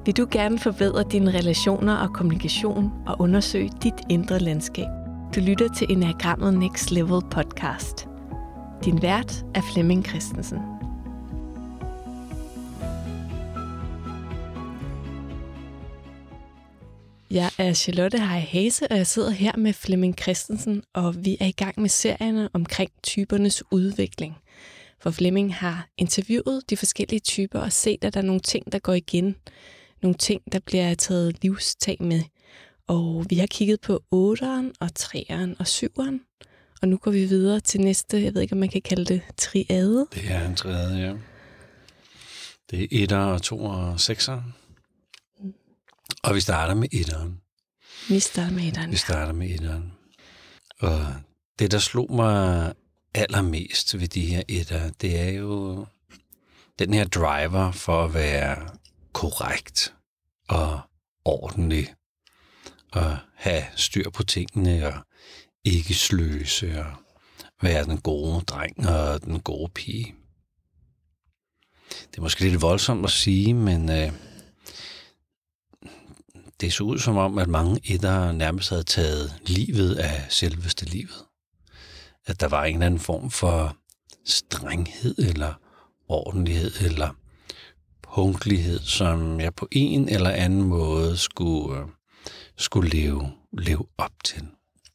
Vil du gerne forbedre dine relationer og kommunikation og undersøge dit indre landskab? Du lytter til Enneagrammet Next Level podcast. Din vært er Flemming Christensen. Jeg er Charlotte Hase, og jeg sidder her med Flemming Christensen, og vi er i gang med serierne omkring typernes udvikling. For Flemming har interviewet de forskellige typer og set, at der er nogle ting, der går igen. Nogle ting, der bliver taget livstag med. Og vi har kigget på 8'eren og 3'eren og 7'eren. Og nu går vi videre til næste, jeg ved ikke, om man kan kalde det triade. Det er en triade, ja. Det er 1'er, 2'er og 6'er. Og vi starter med 1'eren. Vi starter med 1'eren. Og det, der slog mig allermest ved de her 1'ere, det er jo den her driver for at være korrekt og ordentlig. Og have styr på tingene og ikke sløse og være den gode dreng og den gode pige. Det er måske lidt voldsomt at sige, men det så ud som om, at mange 1'ere nærmest havde taget livet af selveste livet. At der var en eller anden form for strenghed eller ordentlighed eller punktlighed, som jeg på en eller anden måde skulle leve op til.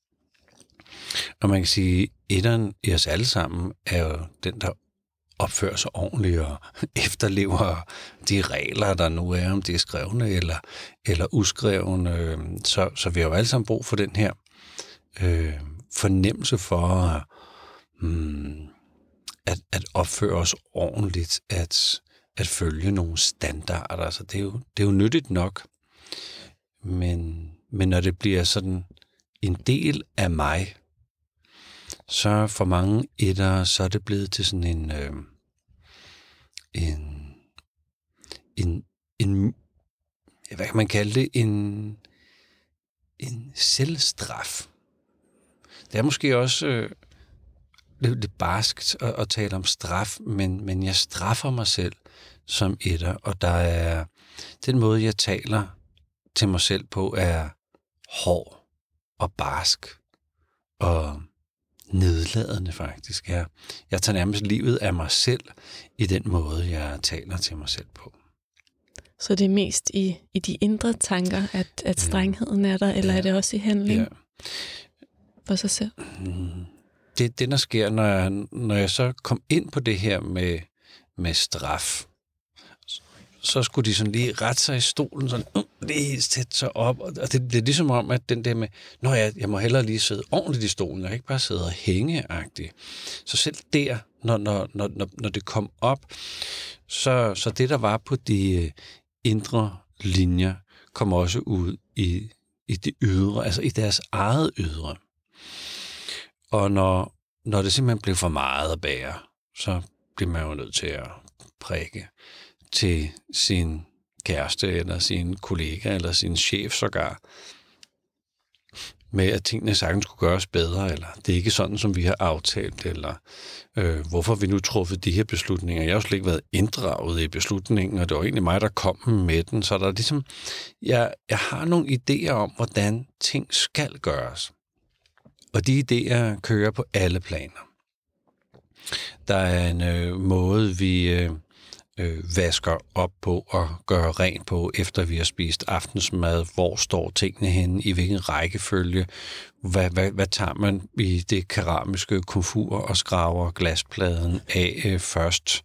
Og man kan sige, 1'eren i os alle sammen er jo den, der opfører sig ordentligt og efterlever de regler, der nu er, om det er skrevne eller uskrevne. Så vi har jo alle sammen brug for den her fornemmelse for at opføre os ordentligt, at følge nogle standarder. Så det er jo nyttigt nok. Men når det bliver sådan en del af mig, så for mange 1'ere, så er det blevet til sådan en hvad kan man kalde det, en selvstraf. Det er måske også lidt barskt at tale om straf, men jeg straffer mig selv som 1'er, og der er den måde, jeg taler til mig selv på, er hård og barsk og nedladende faktisk. Jeg tager nærmest livet af mig selv i den måde, jeg taler til mig selv på. Så det er mest i de indre tanker, at strengheden er der, eller er det også i handling? Ja. For sig selv? Det der sker, når jeg så kom ind på det her med straf, så skulle de sådan lige rette sig i stolen, sådan lige sætte sig op. Og det er ligesom om, at den der med, jeg må hellere lige sidde ordentligt i stolen, jeg kan ikke bare sidde og hænge-agtigt. Så selv der, når det kom op, så det, der var på de indre linjer, kom også ud i det ydre, altså i deres eget ydre. Og når det simpelthen blev for meget at bære, så bliver man jo nødt til at prikke til sin kæreste, eller sin kollega, eller sin chef sågar, med at tingene sagtens skulle gøres bedre, eller det er ikke sådan, som vi har aftalt, eller hvorfor vi nu truffet de her beslutninger. Jeg har jo slet ikke været inddraget i beslutningen, og det var egentlig mig, der kom med den, så der er ligesom, jeg har nogle idéer om, hvordan ting skal gøres. Og de idéer kører på alle planer. Der er en måde, vi vasker op på og gør rent på, efter vi har spist aftensmad. Hvor står tingene henne? I hvilken rækkefølge? Hvad tager man i det keramiske komfur og skraver glaspladen af først?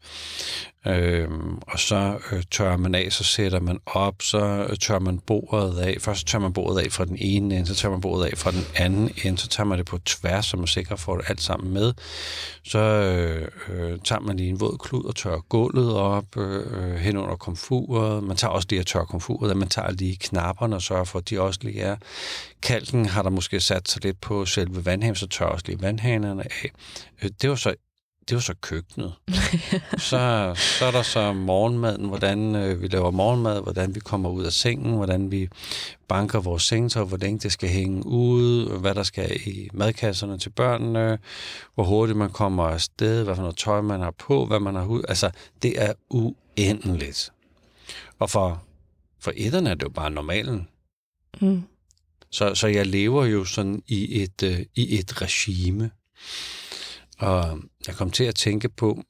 Og så tørrer man af, så sætter man op, så tørrer man bordet af. Først tørrer man bordet af fra den ene ende, så tørrer man bordet af fra den anden ende, så tager man det på tværs, så man sikkert får det alt sammen med. Så tager man lige en våd klud og tørrer gulvet op hen under komfuret. Man tager også lige at tørre komfuret, man tager lige knapperne og sørger for, at de også lige er. Kalken har der måske sat sig lidt på selve vandhanen, så tørrer også lige vandhanerne af. Det var så køkkenet. Så er der så morgenmaden, hvordan vi laver morgenmad, hvordan vi kommer ud af sengen, hvordan vi banker vores sengetøj, hvor længe det skal hænge ude, hvad der skal i madkasserne til børnene, hvor hurtigt man kommer afsted, hvad for noget tøj man har på, hvad man har ud. Altså, det er uendeligt. Og for For etterne er det jo bare normalen. Mm. Så jeg lever jo sådan i et regime. Og jeg kom til at tænke på,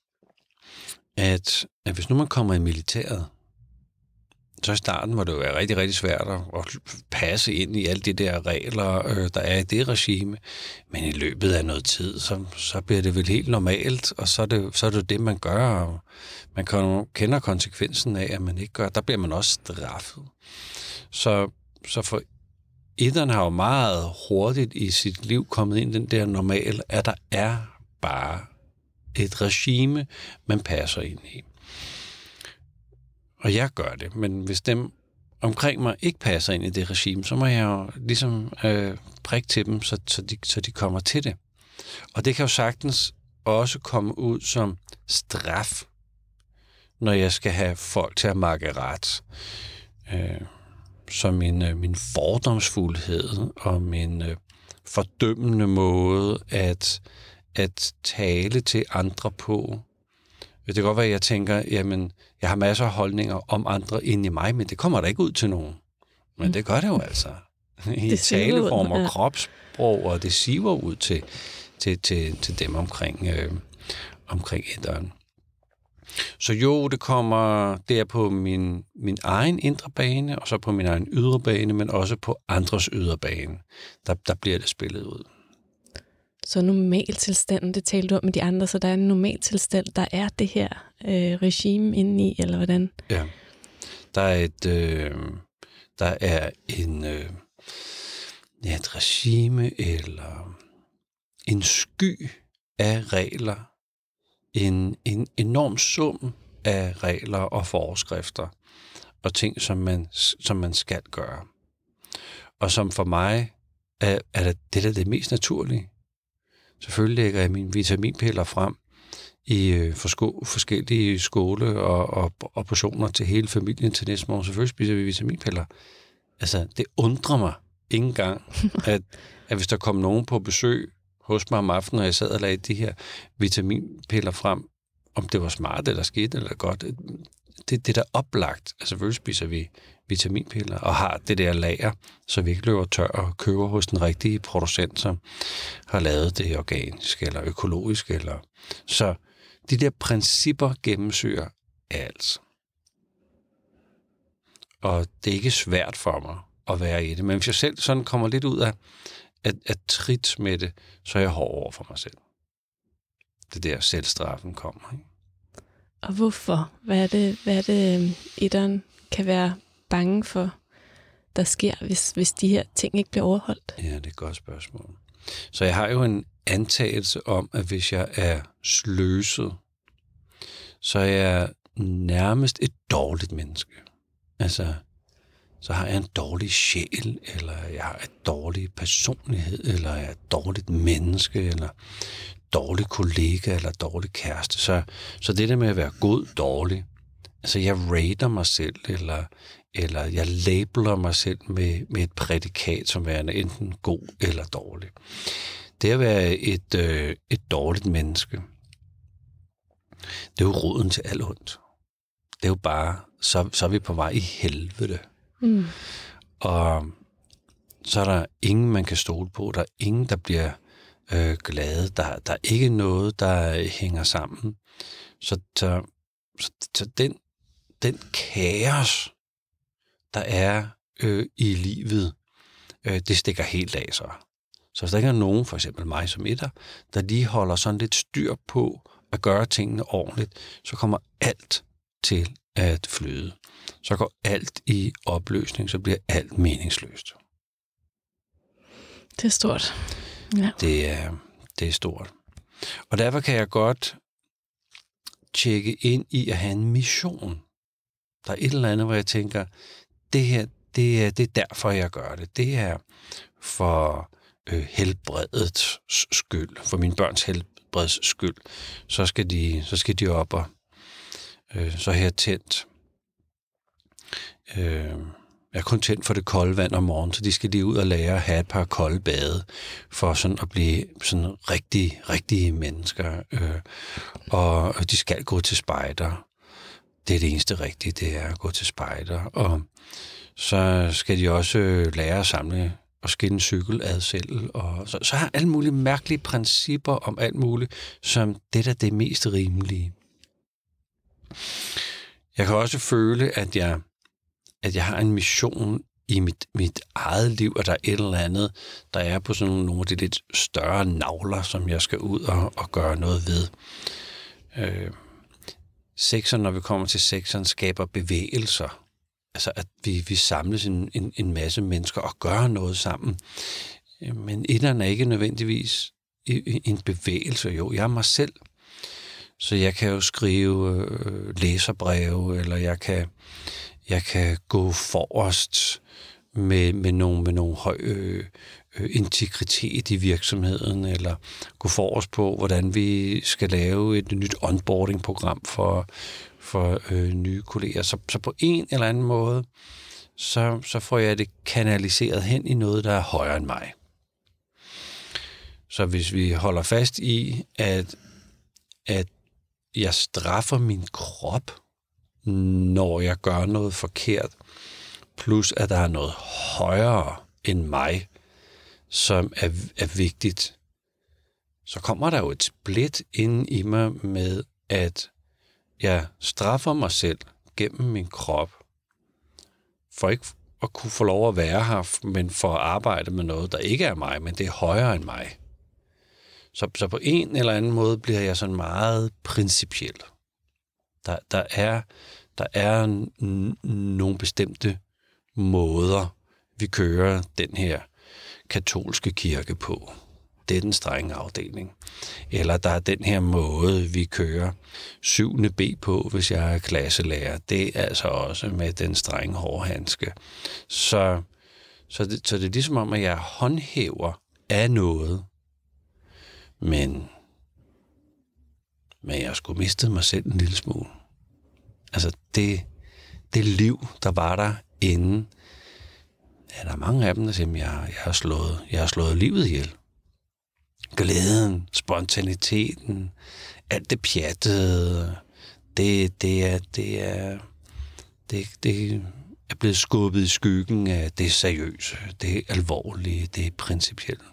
at hvis nu man kommer i militæret, så i starten var det jo rigtig, rigtig svært at passe ind i alle de der regler, der er i det regime. Men i løbet af noget tid, så bliver det vel helt normalt, og så er det det, man gør. Og man kender konsekvensen af, at man ikke gør. Der bliver man også straffet. Så for etterne har jo meget hurtigt i sit liv kommet ind den der normal, at der er bare et regime, man passer ind i. Og jeg gør det, men hvis dem omkring mig ikke passer ind i det regime, så må jeg jo ligesom prikke til dem, så de kommer til det. Og det kan jo sagtens også komme ud som straf, når jeg skal have folk til at makke ret. Så min fordomsfuldhed og min fordømmende måde at tale til andre på. Det kan godt være, at jeg tænker, jamen, jeg har masser af holdninger om andre inde i mig, men det kommer der ikke ud til nogen. Men det gør det jo altså. I taleform og kropssprog, og det siver ud til dem omkring etteren. Så jo, det er på min egen indre bane, og så på min egen ydre bane, men også på andres ydre bane. Der bliver det spillet ud. Så normaltilstanden, det talte du om med de andre, så der er en normaltilstand, der er det her regime inde i, eller hvordan? Ja, der er et regime, eller en sky af regler, en enorm sum af regler og forskrifter, og ting, som man skal gøre. Og som for mig er det mest naturlige. Selvfølgelig lægger jeg mine vitaminpiller frem i forskellige skåle og portioner til hele familien til næste morgen. Selvfølgelig spiser vi vitaminpiller. Altså, det undrer mig ikke engang, at hvis der kom nogen på besøg hos mig om aftenen, og jeg sad og lagde de her vitaminpiller frem, om det var smart eller skidt eller godt. Det er da oplagt. Altså, selvfølgelig spiser vi vitaminpiller og har det der lager, så vi ikke løber tør og køber hos den rigtige producent, som har lavet det organisk eller økologisk. Så de der principper gennemsyrer alt. Og det er ikke svært for mig at være i det. Men hvis jeg selv sådan kommer lidt ud af trit med det, så er jeg hård over for mig selv. Det der selvstraffen kommer. Ikke? Og hvorfor? Hvad er det etteren kan være bange for, der sker, hvis de her ting ikke bliver overholdt? Ja, det er et godt spørgsmål. Så jeg har jo en antagelse om, at hvis jeg er sløset, så er jeg nærmest et dårligt menneske. Altså, så har jeg en dårlig sjæl, eller jeg har et dårlig personlighed, eller jeg er et dårligt menneske, eller dårlig kollega, eller dårlig kæreste. Så det der med at være god, dårlig, altså jeg rater mig selv, eller jeg labeler mig selv med et prædikat, som værende enten god eller dårlig. Det at være et dårligt menneske, det er jo roden til alt ondt. Det er jo bare, så er vi på vej i helvede. Mm. Og så er der ingen, man kan stole på. Der er ingen, der bliver glade. Der er ikke noget, der hænger sammen. Så den kaos, der er i livet, det stikker helt af sig. Så hvis der ikke er nogen, for eksempel mig som etter, der lige holder sådan lidt styr på at gøre tingene ordentligt, så kommer alt til at flyde. Så går alt i opløsning, så bliver alt meningsløst. Det er stort. Ja. Det er stort. Og derfor kan jeg godt tjekke ind i at have en mission. Der er et eller andet, hvor jeg tænker, det her, det er derfor, jeg gør det. Det er for helbredets skyld, for mine børns helbreds skyld. Så skal de op og så har jeg tændt. Jeg er kun tændt for det kolde vand om morgenen, så de skal lige ud og lære at have et par kolde bade, for sådan at blive sådan rigtige mennesker. Og de skal gå til spejder. det er det eneste rigtige, det er at gå til spejder. Og så skal de også lære at samle og skinne cykel ad selv. Og så har alle mulige mærkelige principper om alt muligt, som det der det mest rimelige. Jeg kan også føle, at jeg har en mission i mit eget liv, og der er et eller andet, der er på sådan nogle af de lidt større navler, som jeg skal ud og gøre noget ved. Sekseren, når vi kommer til sekseren, skaber bevægelser. Altså, at vi samles en masse mennesker og gør noget sammen. Men etteren er ikke nødvendigvis en bevægelse. Jo, jeg er mig selv. Så jeg kan jo skrive læserbreve, eller jeg kan gå forrest med nogle høj integritet i virksomheden, eller gå forrest på, hvordan vi skal lave et nyt onboarding-program for nye kolleger. Så på en eller anden måde, så får jeg det kanaliseret hen i noget, der er højere end mig. Så hvis vi holder fast i, at jeg straffer min krop, når jeg gør noget forkert, plus at der er noget højere end mig, som er vigtigt, så kommer der jo et split inde i mig med, at jeg straffer mig selv gennem min krop, for ikke at kunne få lov at være her, men for at arbejde med noget, der ikke er mig, men det er højere end mig. Så på en eller anden måde bliver jeg sådan meget principiel. Der er nogle bestemte måder, vi kører den her katolske kirke på. Det er den strenge afdeling. Eller der er den her måde, vi kører 7. B på, hvis jeg er klasselærer. Det er altså også med den strenge hårhandske. Så det er ligesom om, at jeg håndhæver af noget, men jeg har sgu mistet mig selv en lille smule. Altså det liv, der var der inden, ja, der er mange af dem, der siger, jeg har slået livet ihjel. Glæden, spontaniteten, alt det pjattede, det er blevet skubbet i skyggen af det seriøse, det alvorlige, det principielle.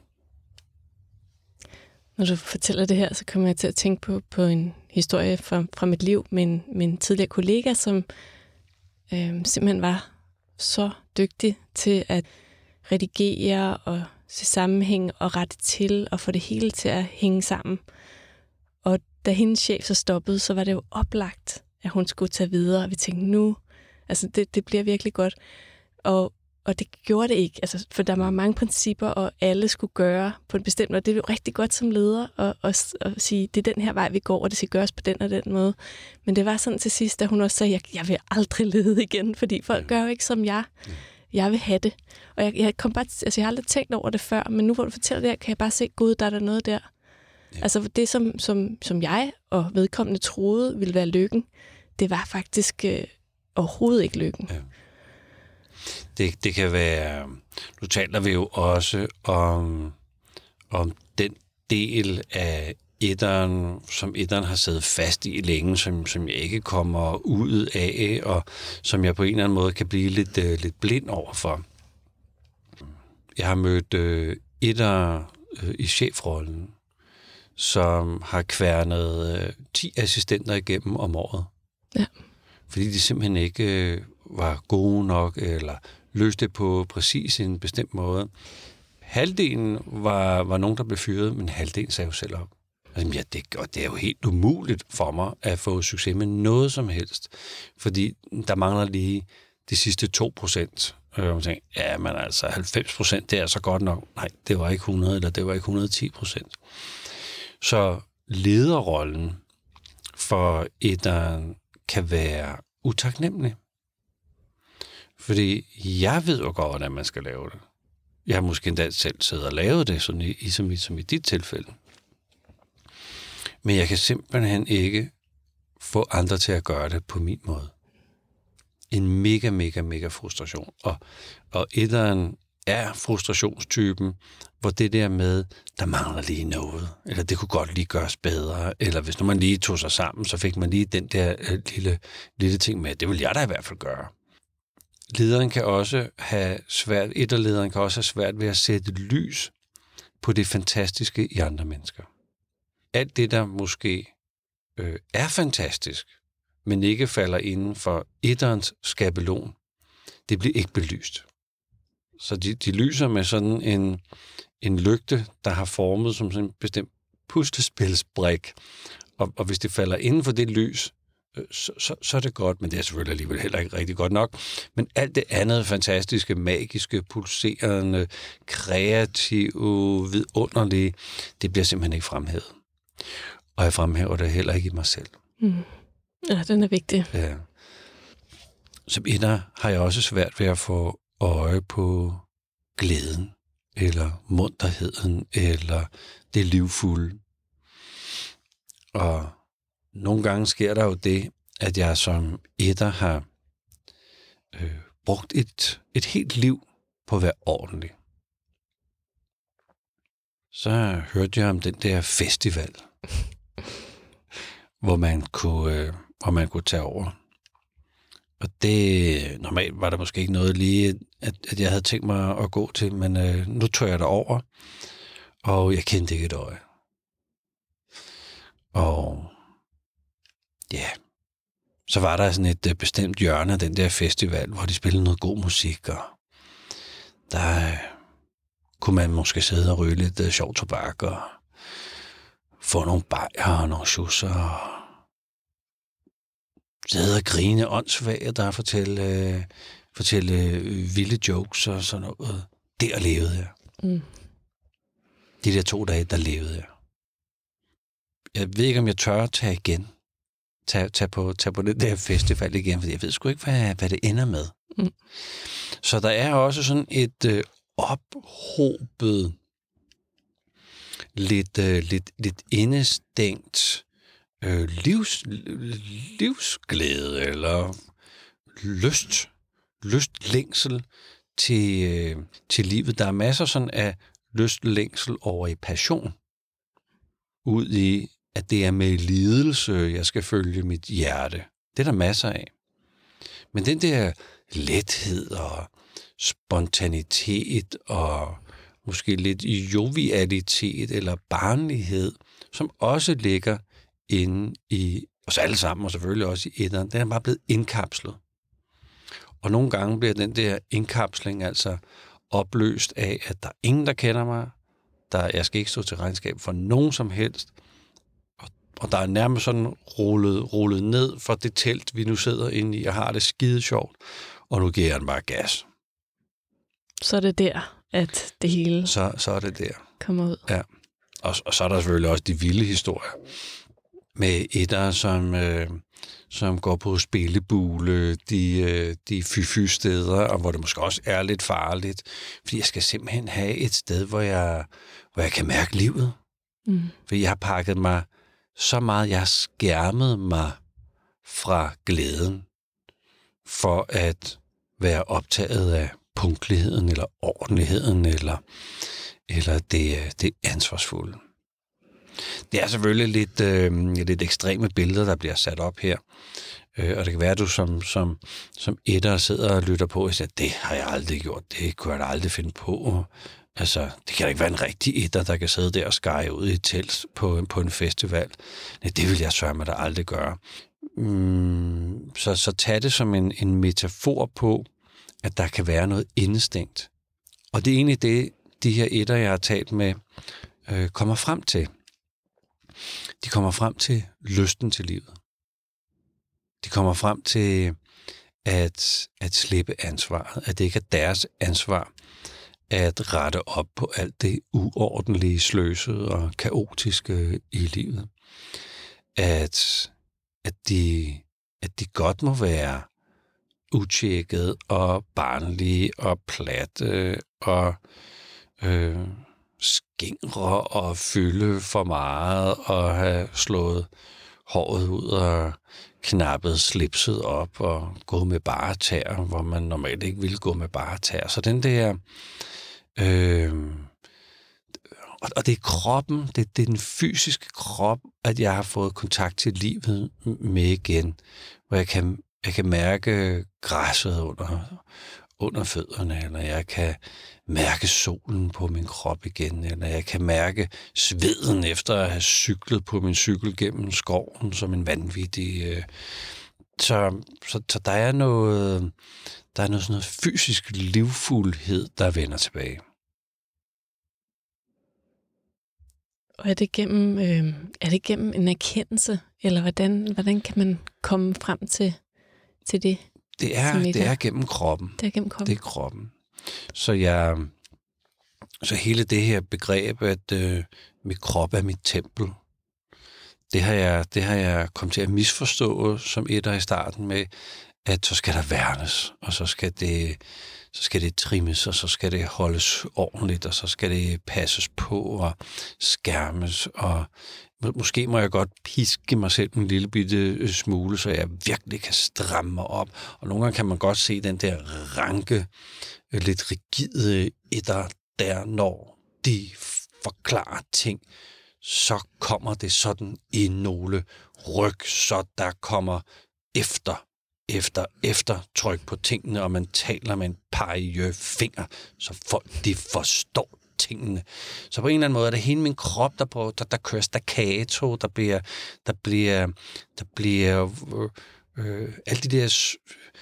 Når du fortæller det her, så kommer jeg til at tænke på en historie fra mit liv med en tidligere kollega, som simpelthen var så dygtig til at redigere og se sammenhæng og rette til og få det hele til at hænge sammen. Og da hendes chef så stoppede, så var det jo oplagt, at hun skulle tage videre. Og vi tænkte, nu, altså det bliver virkelig godt. Og det gjorde det ikke, altså, for der var mange principper, og alle skulle gøre på en bestemt måde. Det er jo rigtig godt som leder at sige, det er den her vej, vi går, og det skal gøres på den og den måde. Men det var sådan til sidst, da hun også sagde, jeg vil aldrig lede igen, fordi folk gør jo ikke som jeg. Jeg vil have det. Og jeg har aldrig tænkt over det før, men nu hvor du fortæller det her, kan jeg bare se, gud, der er der noget der. Ja. Altså det, som jeg og vedkommende troede ville være lykken, det var faktisk overhovedet ikke lykken. Ja. Det kan være, nu taler vi jo også om den del af etteren, som etteren har siddet fast i længe, som jeg ikke kommer ud af, og som jeg på en eller anden måde kan blive lidt blind overfor. Jeg har mødt etter i chefrollen, som har kværnet 10 assistenter igennem om året. Ja. Fordi de simpelthen ikke var gode nok, eller løste det på præcis en bestemt måde. Halvdelen var nogen, der blev fyret, men halvdelen sagde jo selv op. Altså, det er jo helt umuligt for mig at få succes med noget som helst, fordi der mangler lige de sidste 2%. Og man tænker, ja, men altså 90%, det er så godt nok. Nej, det var ikke 100, eller det var ikke 110%. Så lederrollen for etteren kan være utaknemmelig. Fordi jeg ved jo godt, hvordan man skal lave det. Jeg har måske endda selv siddet og lavet det, som i dit tilfælde. Men jeg kan simpelthen ikke få andre til at gøre det på min måde. En mega frustration. Og etteren er frustrationstypen, hvor det der med, der mangler lige noget, eller det kunne godt lige gøres bedre, eller hvis nu man lige tog sig sammen, så fik man lige den der lille ting med, det vil jeg da i hvert fald gøre. Lederen kan også have svært, lederen kan også have svært ved at sætte lys på det fantastiske i andre mennesker. Alt det, der måske er fantastisk, men ikke falder inden for etterens skabelon, det bliver ikke belyst. Så de lyser med sådan en lygte, der har formet som sådan en bestemt puslespilsbrik. Og hvis det falder inden for det lys, så er det godt, men det er selvfølgelig alligevel heller ikke rigtig godt nok. Men alt det andet fantastiske, magiske, pulserende, kreative, vidunderlige, det bliver simpelthen ikke fremhævet. Og jeg fremhæver det heller ikke i mig selv. Ja, den er vigtig. Ja. Som etter har jeg også svært ved at få øje på glæden, eller munterheden, eller det livfulde. Og nogle gange sker der jo det, at jeg som etter har brugt et helt liv på at være ordentlig. Så hørte jeg om den der festival, hvor man kunne tage over. Og det, normalt var der måske ikke noget lige, at jeg havde tænkt mig at gå til, men nu tog jeg derover, og jeg kendte ikke et øje. Og ja, så var der sådan et bestemt hjørne af den der festival, hvor de spillede noget god musik, og der kunne man måske sidde og ryge lidt sjov tobak, og få nogle bajer og nogle schusser, og sidde og grine åndssvagt, der fortælle vilde jokes og sådan noget. Der levede jeg. De der 2 dage, der levede jeg. Jeg ved ikke, om jeg tør at tage igen. Tage på den der festival igen, fordi jeg ved sgu ikke, hvad det ender med. Så der er også sådan et ophobet, lidt indestængt livsglæde eller lystlængsel til livet. Der er masser sådan af lystlængsel over i passion. Ud i, at det er med lidelse, jeg skal følge mit hjerte. Det er der masser af. Men den der lethed og spontanitet og måske lidt jovialitet eller barnlighed, som også ligger inde i os alle sammen, og selvfølgelig også i etteren, den er bare blevet indkapslet. Og nogle gange bliver den der indkapsling altså opløst af, at der er ingen, der kender mig, jeg skal ikke stå til regnskab for nogen som helst, og der er nærmest sådan rullet ned for det telt, vi nu sidder inde i, og har det skide sjovt, og nu giver jeg den bare gas. Så er det der, at det hele så er det der. Kommer ud. Ja. Og så er der selvfølgelig også de vilde historier med etter, som går på spillebule, de fy-steder, og hvor det måske også er lidt farligt, fordi jeg skal simpelthen have et sted, hvor jeg kan mærke livet. Fordi jeg har pakket mig så meget, jeg har skærmet mig fra glæden, for at være optaget af punktligheden, eller ordentligheden, eller det ansvarsfulde. Det er selvfølgelig lidt ekstreme billeder, der bliver sat op her. Og det kan være, at du som etter sidder og lytter på og siger, det har jeg aldrig gjort, det kunne jeg da aldrig finde på. Altså, det kan da ikke være en rigtig etter, der kan sidde der og skære ud i et telt på en festival. Nej, det vil jeg sørge da aldrig gøre. Så tag det som en metafor på, at der kan være noget indestængt. Og det er egentlig det, de her etter, jeg har talt med, kommer frem til. De kommer frem til lysten til livet. De kommer frem til at slippe ansvaret. At det ikke er deres ansvar at rette op på alt det uordentlige, sløsede og kaotiske i livet. At de godt må være utjekket og barnlige og platte og skingre og fylde for meget og have slået håret ud og knappet slipset op og gået med bare tæer, hvor man normalt ikke ville gå med bare tæer. Så den der... og det er kroppen, det er den fysiske krop, at jeg har fået kontakt til livet med igen, hvor jeg kan mærke græsset under fødderne, eller jeg kan mærke solen på min krop igen, eller jeg kan mærke sveden efter at have cyklet på min cykel gennem skoven som en vanvittig... Så der er noget sådan noget fysisk livfuldhed, der vender tilbage. Og er det gennem en erkendelse, eller hvordan kan man komme frem til det? Det er gennem kroppen. Det er gennem kroppen. Det er kroppen. Så hele det her begreb, at mit krop er mit tempel, det har jeg kommet til at misforstå som etter i starten med, at så skal der værnes, og så skal det trimmes, og så skal det holdes ordentligt, og så skal det passes på og skærmes, og måske må jeg godt piske mig selv en lille bitte smule, så jeg virkelig kan stramme mig op. Og nogle gange kan man godt se den der ranke, lidt rigide etter der, når de forklarer ting, så kommer det sådan i nogle ryg, så der kommer efter tryk på tingene, og man taler med en pegefinger, så folk de forstår tingene. Så på en eller anden måde er det hele min krop, der kører staccato, der bliver alle de der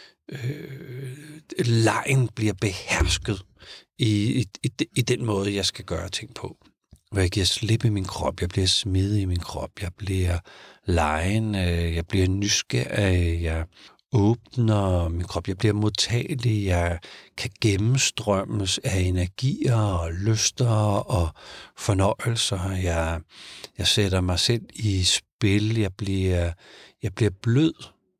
lejen bliver behersket i den måde, jeg skal gøre ting på. Hvor jeg giver slip i min krop, jeg bliver smidig i min krop, jeg bliver lejen, jeg bliver nysgerrig, jeg åbner min krop, jeg bliver modtagelig, jeg kan gennemstrømmes af energier og lyster og fornøjelser, jeg sætter mig selv i spil, jeg bliver blød.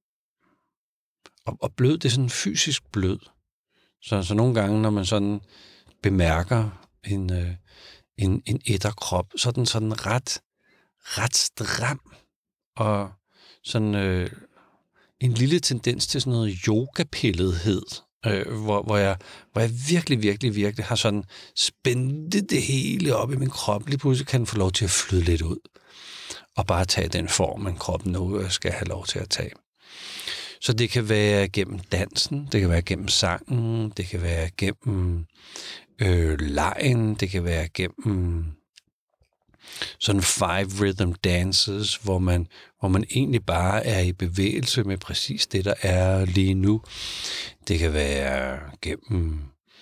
Og blød, det er sådan fysisk blød. Så nogle gange, når man sådan bemærker en etterkrop, så er den sådan ret stram, og sådan en lille tendens til sådan noget yogapillethed, hvor jeg virkelig har sådan spændt det hele op i min krop. Lige pludselig kan den få lov til at flyde lidt ud, og bare tage den form, man kroppen nu skal have lov til at tage. Så det kan være gennem dansen, det kan være gennem sangen, det kan være gennem legen, det kan være gennem sådan 5 rhythm dances, hvor man egentlig bare er i bevægelse med præcis det, der er lige nu. Det kan være gennem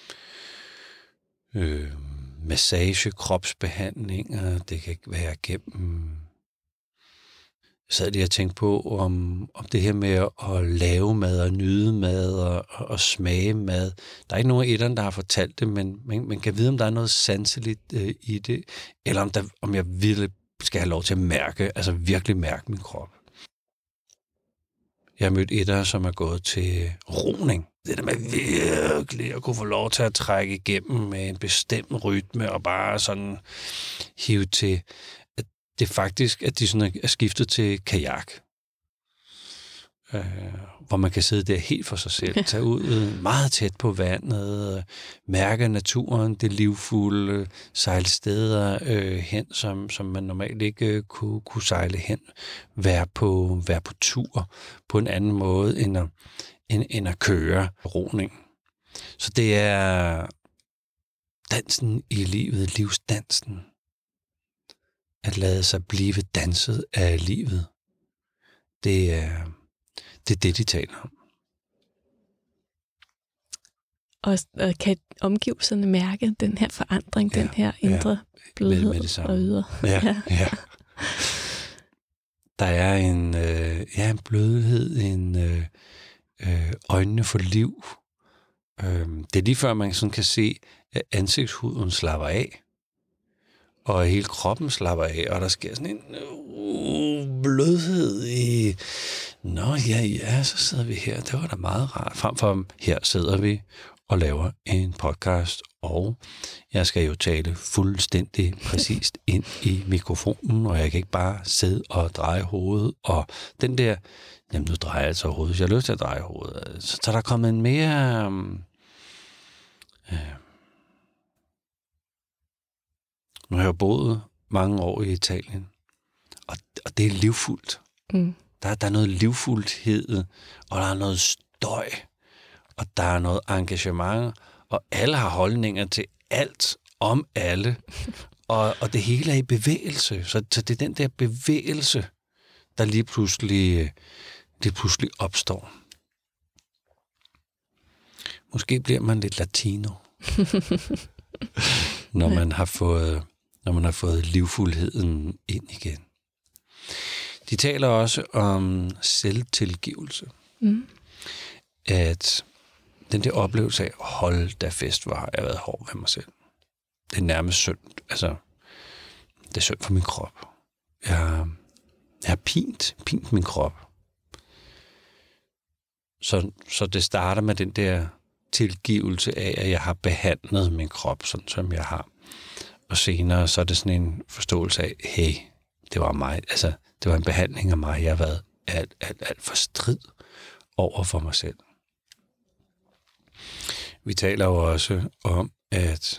massage, kropsbehandlinger, det kan være gennem... Jeg sad lige og tænkte på, om det her med at lave mad og nyde mad og smage mad. Der er ikke nogen af etterne, der har fortalt det, men man kan vide, om der er noget sanseligt i det, eller om jeg virkelig skal have lov til at mærke, altså virkelig mærke min krop. Jeg har mødt etter, som er gået til roning. Det der med virkelig at kunne få lov til at trække igennem med en bestemt rytme og bare sådan hive til... Det er faktisk, at de sådan er skiftet til kajak, hvor man kan sidde der helt for sig selv, tage ud meget tæt på vandet, mærke naturen, det livfulde, sejle steder hen, som man normalt ikke kunne sejle hen, være på tur på en anden måde end at køre roning. Så det er dansen i livet, livsdansen. At lade sig blive danset af livet. Det er det, de taler om. Og kan omgivelserne mærke den her forandring, den her indre blødhed med det og ydre? Ja. Der er en blødhed, en øjnene for liv. Det er lige før, man sådan kan se, at ansigtshuden slapper af. Og hele kroppen slapper af, og der sker sådan en blødhed i... Nå, ja, så sidder vi her. Det var da meget rart. Frem for her sidder vi og laver en podcast, og jeg skal jo tale fuldstændig præcist ind i mikrofonen, og jeg kan ikke bare sidde og dreje hovedet. Og den der jamen nu drejer jeg altså hovedet, jeg har lyst til at dreje hovedet. Så der er kommet en mere... Nu har jeg boet mange år i Italien, og det er livfuldt. Der er noget livfuldhed, og der er noget støj, og der er noget engagement, og alle har holdninger til alt om alle, og det hele er i bevægelse. Så det er den der bevægelse, der lige pludselig opstår. Måske bliver man lidt latino, når man har fået livfuldheden ind igen. De taler også om selvtilgivelse. At den der oplevelse af, hold da fest, hvor har jeg været hård ved mig selv. Det er nærmest synd. Altså, det er synd for min krop. Jeg har pint min krop. Så det starter med den der tilgivelse af, at jeg har behandlet min krop, sådan som jeg har. Og senere så er det sådan en forståelse af, hey, det var mig. Altså, det var en behandling af mig. Jeg har været alt for strid over for mig selv. Vi taler jo også om, at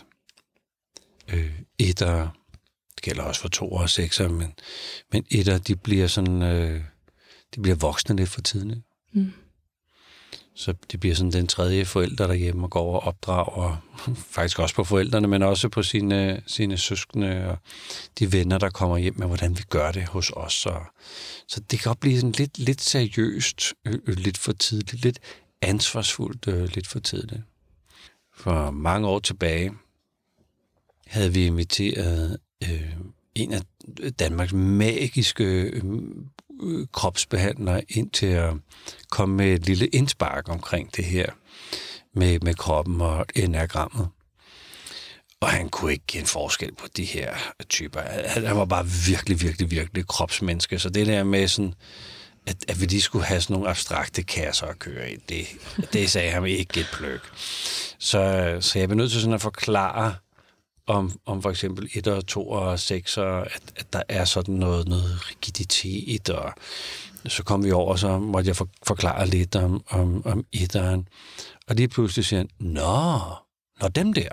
etter, det gælder også for 2 og 6'er, men etter, de bliver sådan, de bliver voksne lidt for tidligt. Så det bliver sådan den tredje forælder derhjemme og går over og opdrager, faktisk også på forældrene, men også på sine søskende og de venner, der kommer hjem med, hvordan vi gør det hos os. Så det kan godt blive sådan lidt seriøst, lidt for tidligt, lidt ansvarsfuldt, lidt for tidligt. For mange år tilbage havde vi inviteret en af Danmarks magiske kropsbehandlere ind til at komme med et lille indspark omkring det her med kroppen og enagrammet. Og han kunne ikke give en forskel på de her typer. Han var bare virkelig kropsmenneske. Så det der med sådan, at vi lige skulle have sådan nogle abstrakte kasser at køre i, det sagde han ikke et pløk. Så jeg blev nødt til sådan at forklare om for eksempel 1 og 2 og 6, at der er sådan noget rigiditet, og så kom vi over, så måtte jeg forklare lidt om etteren. Og lige pludselig siger han, nå dem der.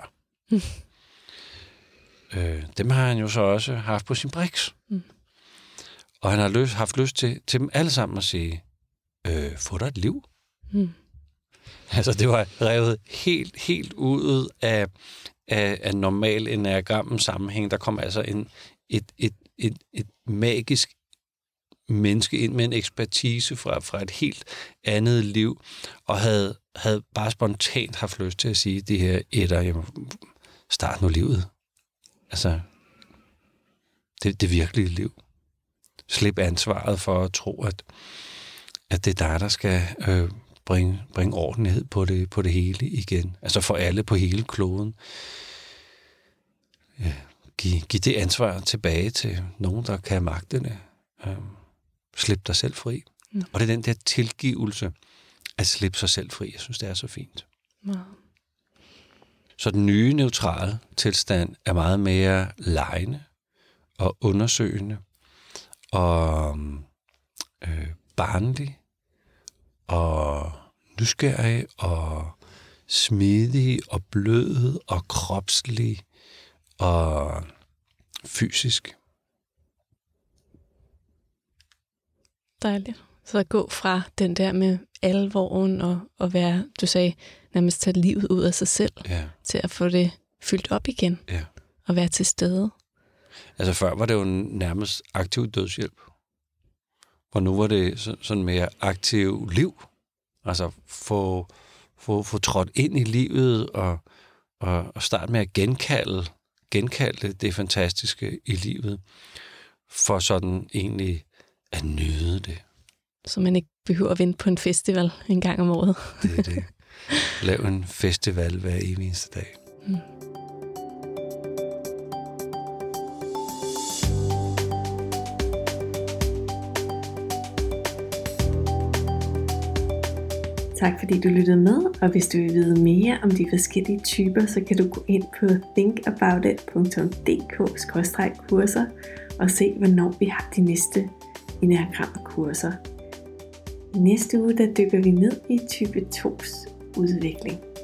Dem har han jo så også haft på sin briks. Og han har haft lyst til dem alle sammen at sige, få dig et liv. Altså det var revet helt ud af normal enagrammen sammenhæng. Der kom altså et magisk menneske ind med en ekspertise fra et helt andet liv, og havde bare spontant haft lyst til at sige, det her etter, start nu livet. Altså, det virkelige liv. Slip ansvaret for at tro, at det er dig, der skal bringe ordenhed på det hele igen. Altså for alle på hele kloden. Ja, giv det ansvar tilbage til nogen, der kan magte det. Slip dig selv fri. Og det er den der tilgivelse at slippe sig selv fri. Jeg synes, det er så fint. Wow. Så den nye neutrale tilstand er meget mere legende og undersøgende og barnlig og nysgerrig og smidig og blød og kropslig og fysisk. Dejligt. Så at gå fra den der med alvoren og være, du sagde, nærmest tage livet ud af sig selv, til at få det fyldt op igen og være til stede. Altså før var det jo nærmest aktiv dødshjælp. Og nu var det sådan mere aktiv liv. Altså få trådt ind i livet og starte med at genkalde det fantastiske i livet, for sådan egentlig at nyde det. Så man ikke behøver at vente på en festival en gang om året. Det er det. Lav en festival hver eneste dag. Tak fordi du lyttede med, og hvis du vil vide mere om de forskellige typer, så kan du gå ind på thinkaboutit.dk/kurser og se, hvornår vi har de næste enagramkurser. Næste uge, der dykker vi ned i type 2's udvikling.